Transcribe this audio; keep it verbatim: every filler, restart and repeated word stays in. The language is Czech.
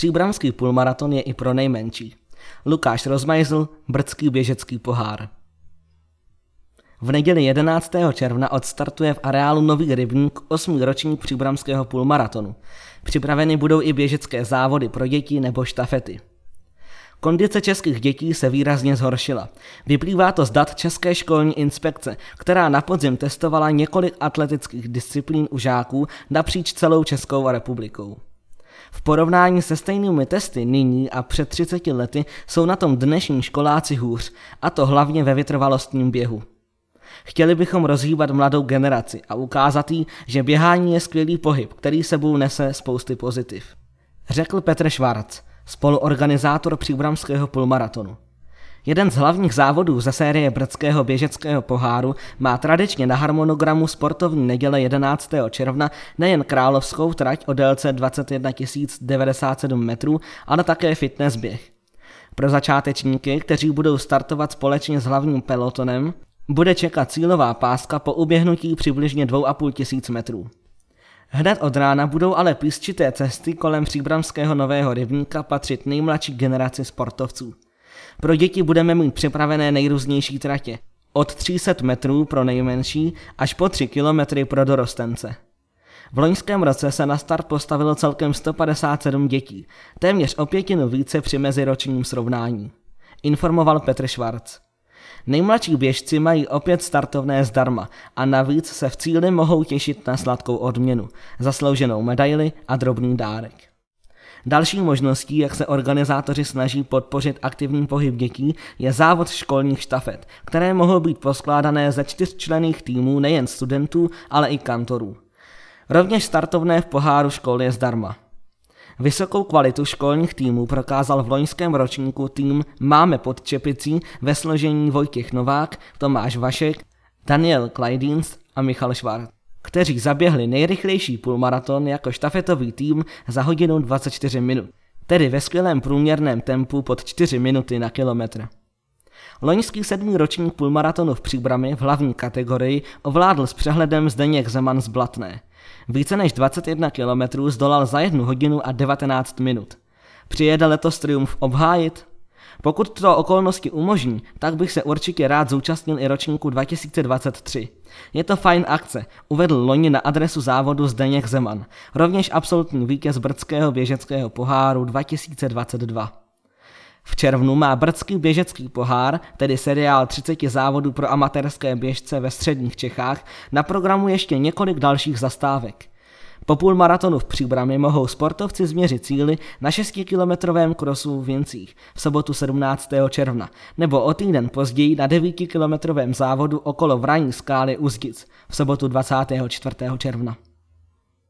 Příbramský půlmaraton je i pro nejmenší. Lukáš Rozmajzl, Brdský běžecký pohár. V neděli jedenáctého června odstartuje v areálu Nový Rybník osmý ročník příbramského půlmaratonu. Připraveny budou i běžecké závody pro děti nebo štafety. Kondice českých dětí se výrazně zhoršila. Vyplývá to z dat České školní inspekce, která na podzim testovala několik atletických disciplín u žáků napříč celou Českou republikou. V porovnání se stejnými testy nyní a před třiceti lety jsou na tom dnešní školáci hůř, a to hlavně ve vytrvalostním běhu. Chtěli bychom rozhýbat mladou generaci a ukázat jí, že běhání je skvělý pohyb, který sebou nese spousty pozitiv. Řekl Petr Švarc, spoluorganizátor příbramského půlmaratonu. Jeden z hlavních závodů ze série Brdského běžeckého poháru má tradičně na harmonogramu sportovní neděle jedenáctého června nejen královskou trať o délce dvacet jedna tisíc devadesát sedm metrů, ale také fitness běh. Pro začátečníky, kteří budou startovat společně s hlavním pelotonem, bude čekat cílová páska po uběhnutí přibližně dvou a půl tisíc metrů. Hned od rána budou ale písčité cesty kolem příbramského Nového Rybníka patřit nejmladší generaci sportovců. Pro děti budeme mít připravené nejrůznější tratě, od tří set metrů pro nejmenší až po tři kilometry pro dorostence. V loňském roce se na start postavilo celkem sto padesát sedm dětí, téměř o pětinu více při meziročním srovnání, informoval Petr Švarc. Nejmladší běžci mají opět startovné zdarma a navíc se v cíli mohou těšit na sladkou odměnu, zaslouženou medaili a drobný dárek. Další možností, jak se organizátoři snaží podpořit aktivní pohyb dětí, je závod školních štafet, které mohou být poskládané ze čtyřčlenných týmů nejen studentů, ale i kantorů. Rovněž startovné v poháru škol je zdarma. Vysokou kvalitu školních týmů prokázal v loňském ročníku tým Máme pod Čepicí ve složení Vojtěch Novák, Tomáš Vašek, Daniel Kleidins a Michal Švarc, kteří zaběhli nejrychlejší půlmaraton jako štafetový tým za hodinu dvacet čtyři minut, tedy ve skvělém průměrném tempu pod čtyři minuty na kilometr. Loňský sedmý ročník půlmaratonu v Příbrami v hlavní kategorii ovládl s přehledem Zdeněk Zeman z Blatné. Více než dvacet jedna kilometrů zdolal za jednu hodinu a devatenáct minut. Přijede letos triumf obhájit? Pokud to okolnosti umožní, tak bych se určitě rád zúčastnil i ročníku dva tisíce dvacet tři. Je to fajn akce, uvedl loni na adresu závodu Zdeněk Zeman, rovněž absolutní vítěz Brdského běžeckého poháru dva tisíce dvacet dva. V červnu má Brdský běžecký pohár, tedy seriál třiceti závodů pro amatérské běžce ve středních Čechách, na programu ještě několik dalších zastávek. Po půlmaratonu v Příbrami mohou sportovci změřit cíli na šestikilometrovém krosu v Jincích v sobotu sedmnáctého června, nebo o týden později na devítikilometrovém závodu okolo Vraní skály u Zdic v sobotu dvacátého čtvrtého června.